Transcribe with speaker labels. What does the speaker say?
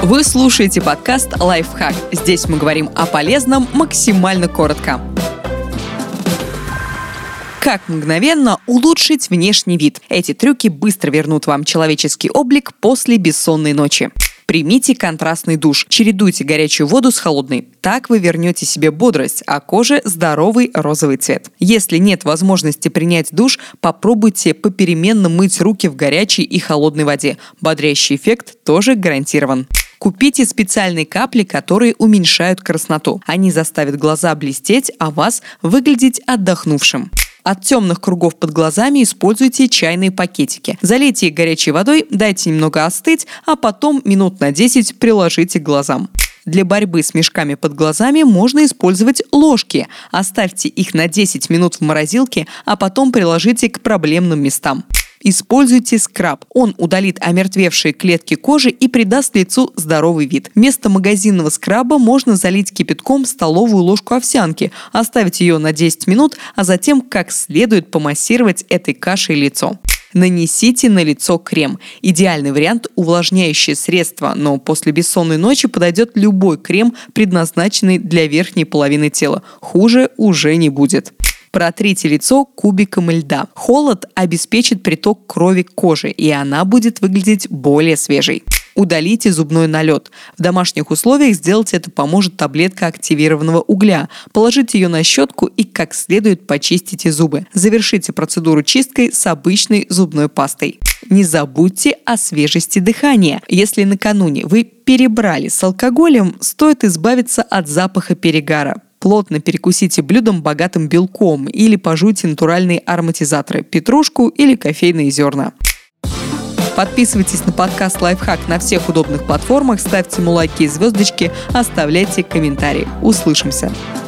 Speaker 1: Вы слушаете подкаст «Лайфхак». Здесь мы говорим о полезном максимально коротко. Как мгновенно улучшить внешний вид? Эти трюки быстро вернут вам человеческий облик после бессонной ночи. Примите контрастный душ. Чередуйте горячую воду с холодной. Так вы вернете себе бодрость, а коже здоровый розовый цвет. Если нет возможности принять душ, попробуйте попеременно мыть руки в горячей и холодной воде. Бодрящий эффект тоже гарантирован. Купите специальные капли, которые уменьшают красноту. Они заставят глаза блестеть, а вас выглядеть отдохнувшим. От темных кругов под глазами используйте чайные пакетики. Залейте их горячей водой, дайте немного остыть, а потом минут на 10 приложите к глазам. Для борьбы с мешками под глазами можно использовать ложки. Оставьте их на 10 минут в морозилке, а потом приложите к проблемным местам. Используйте скраб. Он удалит омертвевшие клетки кожи и придаст лицу здоровый вид. Вместо магазинного скраба можно залить кипятком столовую ложку овсянки, оставить ее на 10 минут, а затем как следует помассировать этой кашей лицо. Нанесите на лицо крем. Идеальный вариант – увлажняющее средство, но после бессонной ночи подойдет любой крем, предназначенный для верхней половины тела. Хуже уже не будет. Протрите лицо кубиком льда. Холод обеспечит приток крови к коже, и она будет выглядеть более свежей. Удалите зубной налет. В домашних условиях сделать это поможет таблетка активированного угля. Положите ее на щетку и как следует почистите зубы. Завершите процедуру чисткой с обычной зубной пастой. Не забудьте о свежести дыхания. Если накануне вы перебрали с алкоголем, стоит избавиться от запаха перегара. Плотно перекусите блюдом, богатым белком, или пожуйте натуральные ароматизаторы – петрушку или кофейные зерна. Подписывайтесь на подкаст «Лайфхак» на всех удобных платформах, ставьте ему лайки и звездочки, оставляйте комментарии. Услышимся!